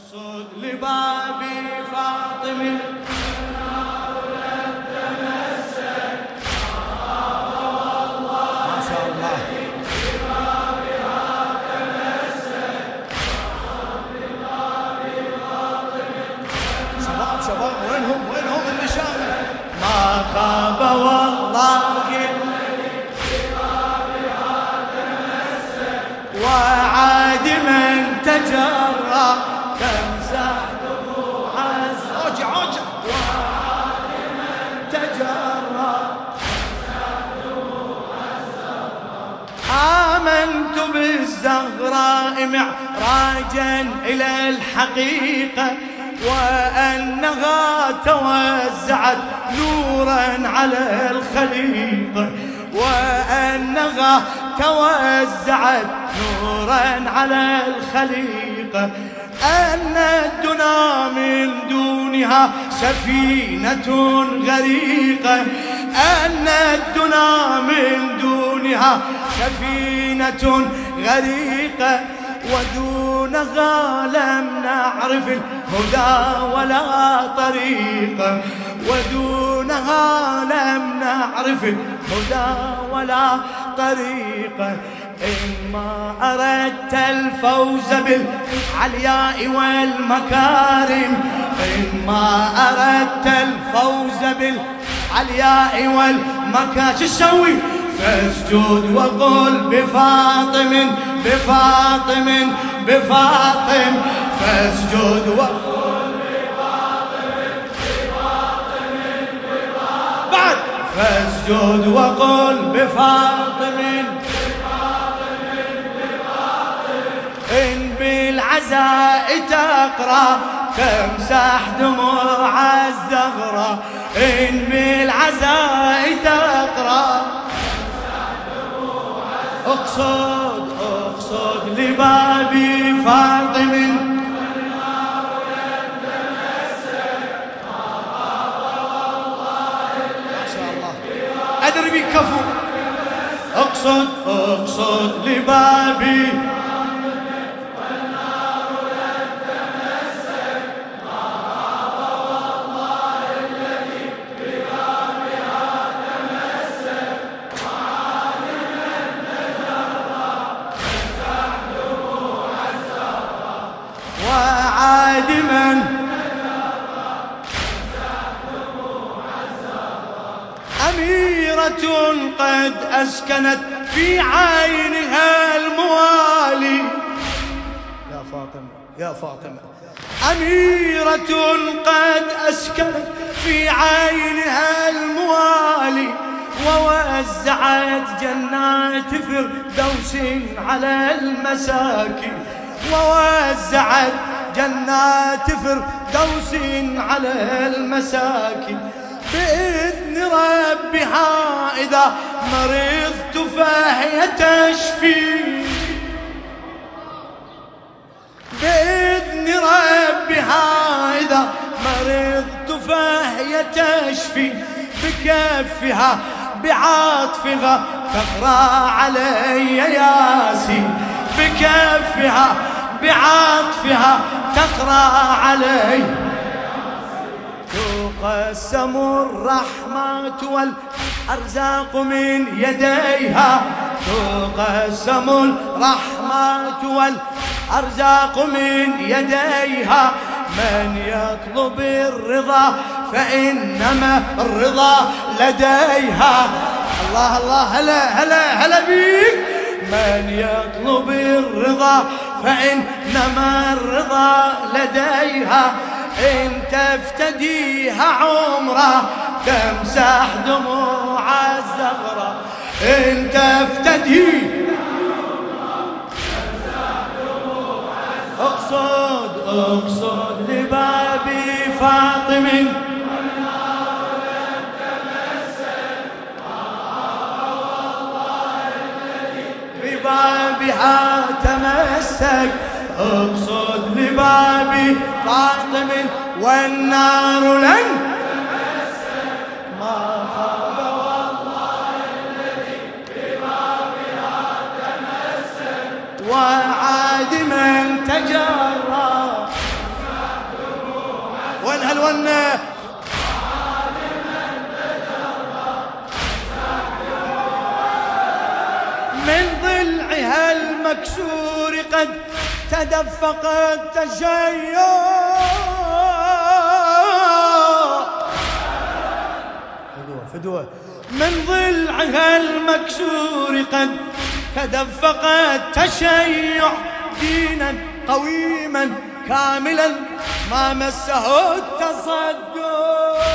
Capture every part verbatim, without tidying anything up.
اقصد لبابي فاطمة وينهم وينهم النشامة ما خاب والله وعاد من تجرى تمسح دموع عوجة عوجة وعاد من تجرى تمسح دموع الزهراء آمنت بالزهراء معراجا إلى الحقيقة وأنها توزعت نورا على الخليقة وأنها توزعت نورا على الخليقة أن الدنا من دونها سفينة غريقة أن الدنا من دونها سفينة غريقة ودونها لم نعرف الهدى ولا طريقة ودونها لم نعرف الهدى ولا طريقة إما أردت الفوز بالعلياء والمكارم إما أردت الفوز بالعلياء والمكارم شو تسوي فاسجد وقل بفاطم بفاطم بفاطم فاسجد وقل بفاطم بفاطم بفاطم بعد فاسجد وقل بفاطم بفاطم بفاطم إن بالعزاء تقرأ تمسح دموع الزهراء إن بالعزاء تقرأ اقصد اقصد لبابي فاطم والنار لن تمسك ما غاب والله ما شاء الله ادري بك كفو اقصد اقصد لبابي والنار لن تمسك ما غاب والله الذي ببابها تمسك وعاد من أميرة قد أسكنت في عينها الموالي يا فاطمة يا فاطمة أميرة قد أسكنت في عينها الموالي ووزعت جنات فردوس على المساكين ووزعت جنات فردوس على المساكين بإذن ربها إذا مرضت فهي تشفي بإذن ربها إذا مرضت فهي تشفي بكفها بعطفها تقرأ علي ياسين بكفها بعطفها تقرأ علي تقسم الرحمة والأرزاق من يديها تقسم الرحمة والأرزاق من يديها من يطلب الرضا فإنما الرضا لديها الله الله هلا هلا هلا بيك من يطلب الرضا فإنما الرضا لديها إن تفتديها عمره تمسح دموع الزهراء إن تفتديها عمره تمسح دموع الزهراء اقصد اقصد لبابي فاطم والنار لن تمسك ما غاب والله الذي ببابها تمسك اقصد لبابي فاطم والنار لن تمسك ما خاب والله الذي ببابها تمسك وعاد من تجرى هالونه. من ضلعها المكسور قد تدفق التشيع، فدوة فدوة. من ضلعها المكسور قد تدفق التشيع، دينا قويما كاملا ما مسه التصدع.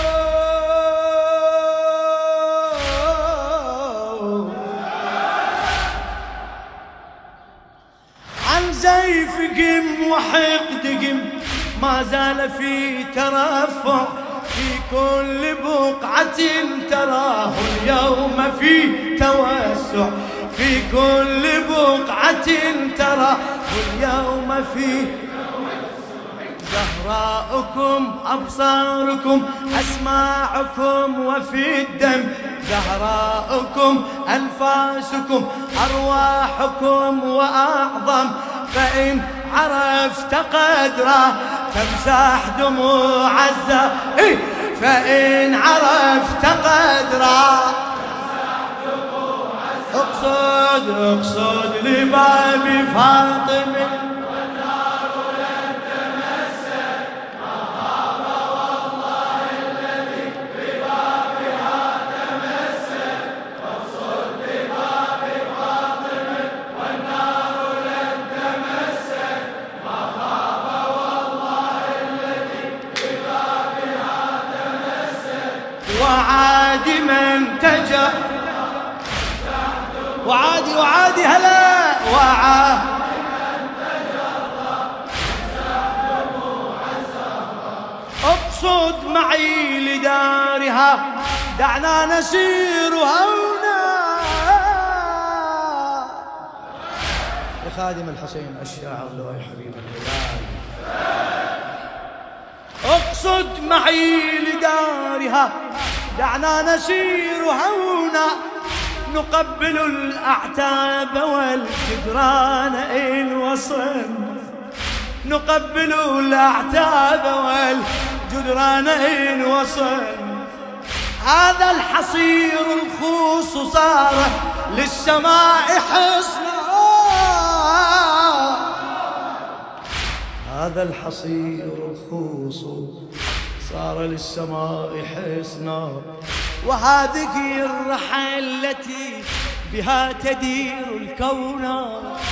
عن زيفكم وحقدكم ما زال في ترفع، في كل بقعة تراه اليوم في توسع، في كل بقعة تراه اليوم في زهراؤكم أبصاركم أسماعكم وفي الدم، زهراؤكم أنفاسكم أرواحكم وأعظم، فإن عرفت قدره تمسح دموع الزهر، إيه فإن عرفت قدره اقصد اقصد لباب فاطمة والنار لن تمسك، ما خاب والله الذي ببابها تمسك، اقصد لباب فاطمة والنار لن تمسك، ما خاب والله الذي ببابها تمسك. وعاد من تجا وعادي وعادي هلا وعاد اقصد معي لدارها دعنا نسير هونا. لخادم الحسين الشاعر لؤي حبيب الهلال. اقصد معي لدارها دعنا نسير هونا، نقبل الأعتاب والجدران إن وصلنا، نقبل الأعتاب والجدران إن وصلنا. هذا الحصير الخوص صار للسماء حصنا، هذا الحصير الخوص صار للسماء حصنا، وهذه الرحى التي بها تدير الكون،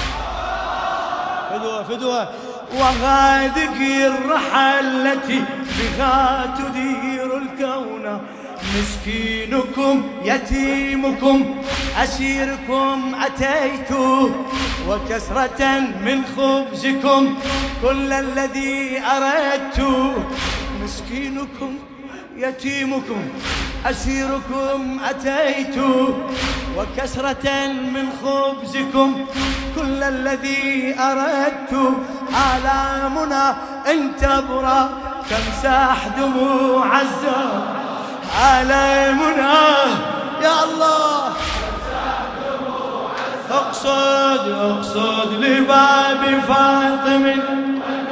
فدوة فدوة. وهذه الرحى التي بها تدير الكون. مسكينكم يتيمكم أسيركم أتيت، وكسرة من خبزكم كل الذي أردت. مسكينكم يتيمكم أسيركم أتيت، وكسرة من خبزكم كل الذي أردت. آلامنا إن تبرى تمسح دموع الزهر، آلامنا يا الله تمسح دموع الزهر. اقصد اقصد لباب فاطمة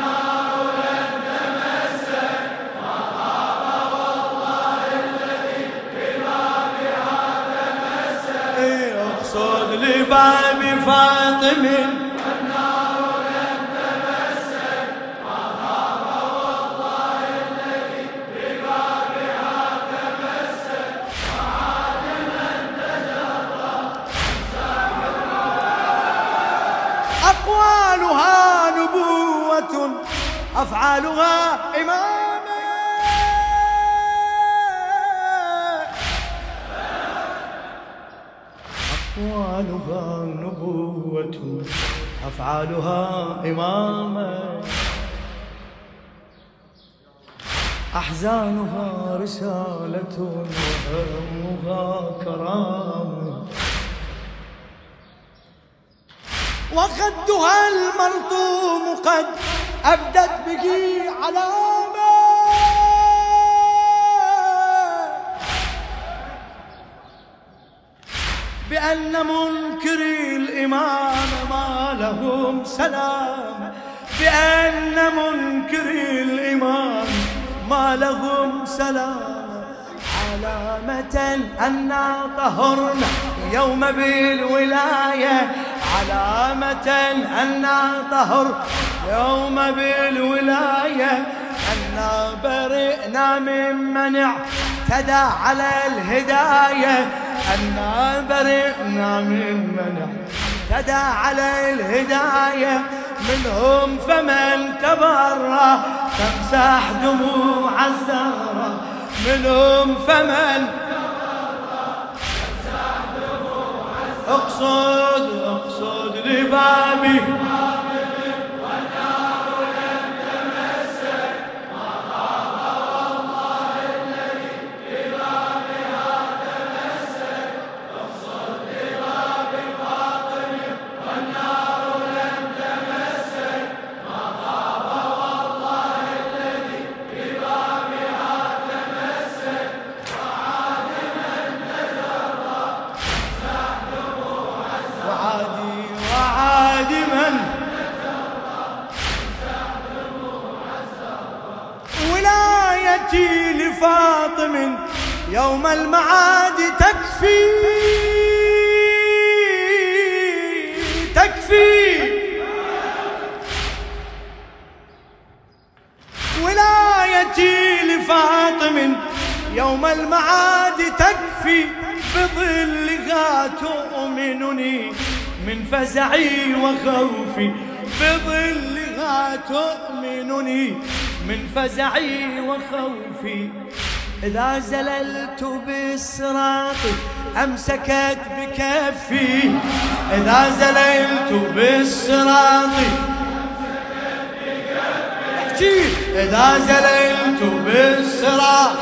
لباب فاطمة والنار لن تمسك، ما خاب والله الذي ببابها تمسك. وعاد من تجرى أقوالها نبوة أفعالها إمامة، أقوالها نبوة أفعالها إمامة، أحزانها رسالة وهمها كرامة، وخدها الملطوم قد أبدت به علامة، بأن منكري الإمام ما لهم سلام، بأن منكري الإمام ما لهم سلام علامة أنا طهرنا يوم بالولاية علامة أنا طهر يوم بالولاية أنا برئنا ممن اعتدى على الهداية أنا برئنا ممن اعتدى على الهداية منهم فمن تبرى تمسح دموع الزهرة منهم فمن اقصد اقصد لبابي والنار لم تمسك ما خاب والله الذي ببابها تمسك اقصد لباب فاطم والنار لم تمسك ما خاب والله الذي ببابها تمسك وعاد من تجرى وعادي وعاد من ولايتي لفاطم يوم المعاد تكفي تكفي ولايتي لفاطم يوم المعاد تكفي بظلها تؤمنني من فزعي وخوفي بظلها تؤمنني من فزعي وخوفي إذا زللت بالصراط أمسكت بكفي إذا زللت بالصراط أمسكت بكفي إذا زللت بالصراط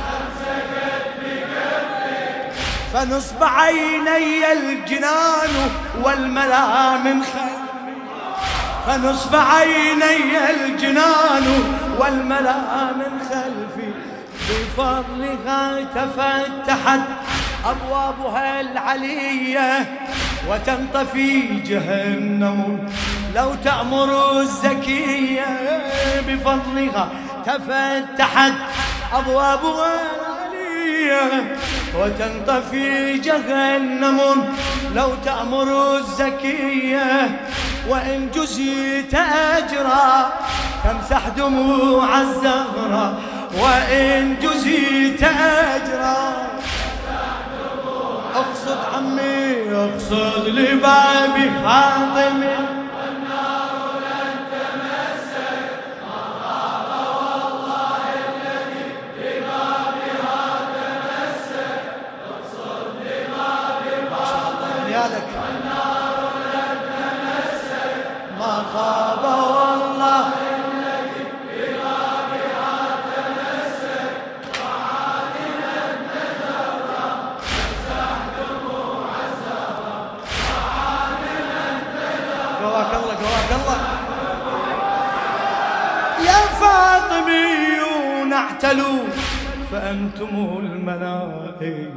فنصب عيني الجنان والملا من خلفي فنصب عيني الجنان والملا من خلفي بفضلها تفتحت أبوابها العلية وتنطفي جهنم لو تأمر الزكية بفضلها تفتحت أبوابها العلية وتنطفي جهنم لو تأمر الزكية وإن جزيت أجرا تمسح دموع الزهرة وإن جزيت أجرا أقصد عمي أقصد لبابي فاطم والنار لم تمسك ما خاب والله الذي ببابها تمسك وعاد من تجرى تمسح دموع الزهرة وعاد من تجرى قواك الله قواك الله يا فاطميون اعتلوا فأنتم المنائب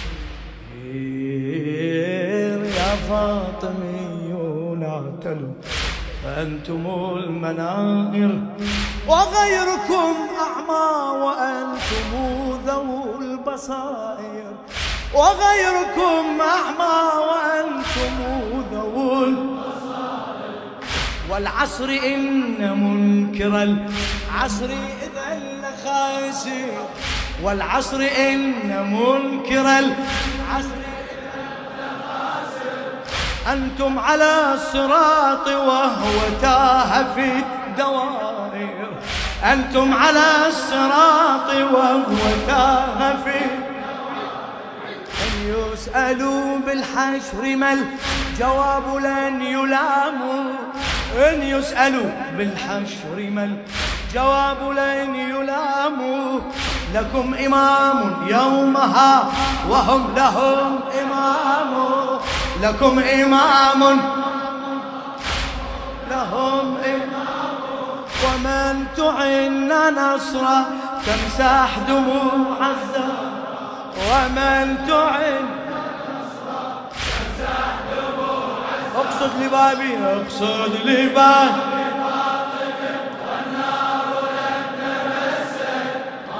يا فاطميون اعتلوا فأنتم المنائر وغيركم أعمى وأنتم ذو البصائر وغيركم أعمى وأنتم ذو البصائر والعصر إن منكر العصر إذا لخاسر والعصر إن منكر العصر أنتم على الصراط وهو تاه في الدوائر أنتم على الصراط وهو تاه في إن يسألوا بالحشر ما الجواب لن يلاموا إن يسألوا بالحشر ما الجواب لن يلاموا لكم إمام يومها وهم لهم إمام لكم إمام لهم إمام ومن تعن نصرا تمسح دموع الزهر ومن تعن نصرا تمسح دموع الزهر اقصد لبابي اقصد لبابي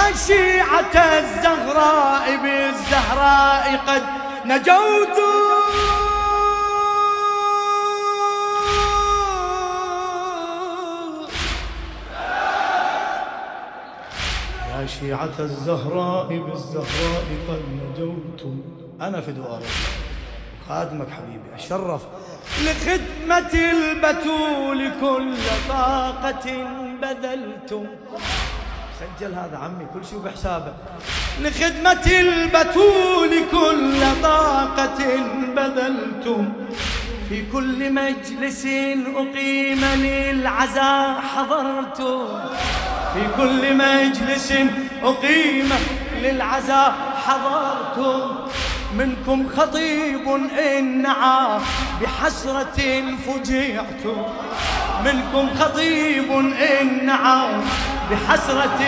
شيعة الزهراء بالزهراء قد نجوتم يا شيعة الزهراء بالزهراء قد نجوتم. أنا في دعائك خادمك حبيبي أشرف لخدمة البتول كل طاقة بذلتم. سجل هذا عمي كل شيء بحسابه. لخدمة البتول كل طاقة بذلتم في كل مجلس أقيم للعزاء حضرتم في كل مجلس أقيم للعزاء حضرتم منكم خطيب إن نعى بحسرة فجعتم منكم خطيب إن نعى بحسرة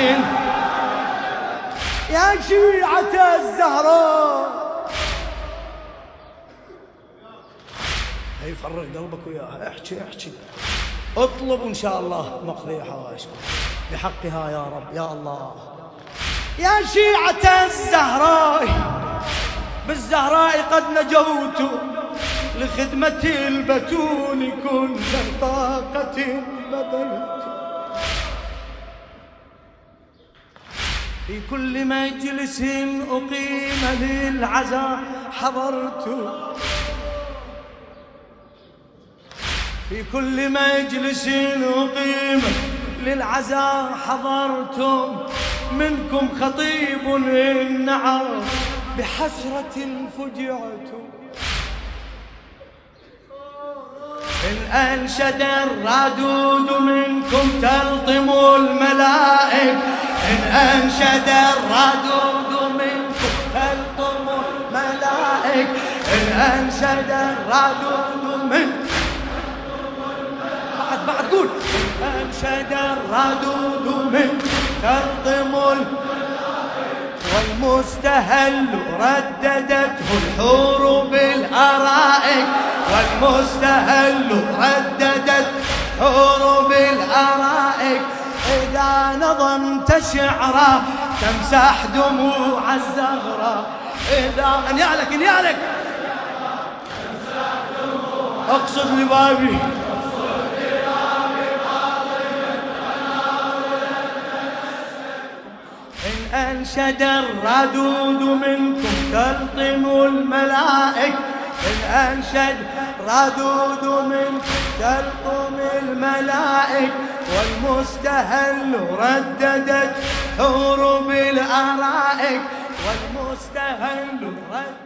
يا شيعة الزهراء. هي فرغ قلبك وياها احكي احكي اطلب إن شاء الله مقضي حوائجكم بحقها يا رب يا الله. يا شيعة الزهراء بالزهراء قد نجوت لخدمة البتول كل طاقة بذلت في كل مجلس أقيم للعزاء حضرت في كل مجلس أقيم للعزاء حضرتم منكم خطيب إن نعى بحسرة فجعت إن أنشد الرادود منكم تلطم الملائك إن أنشد الرادود منكم تلطم الملائك إن أنشد الرادود منكم بعد بعد قول إن أنشد الرادود منكم تلطم الملائك والمستهل رددته الحور بالأرائك والمستهل رددت حور بالأرائك إذا نظمت شعرا تمسح دموع الزهراء إذا انيالك انيالك اقصد لبابي إن أنشد الردود منكم تلطم الملائك إن أنشد ردود منكم تلطم الملائك والمستهل رددت حور بالأرائك والمستهل رددت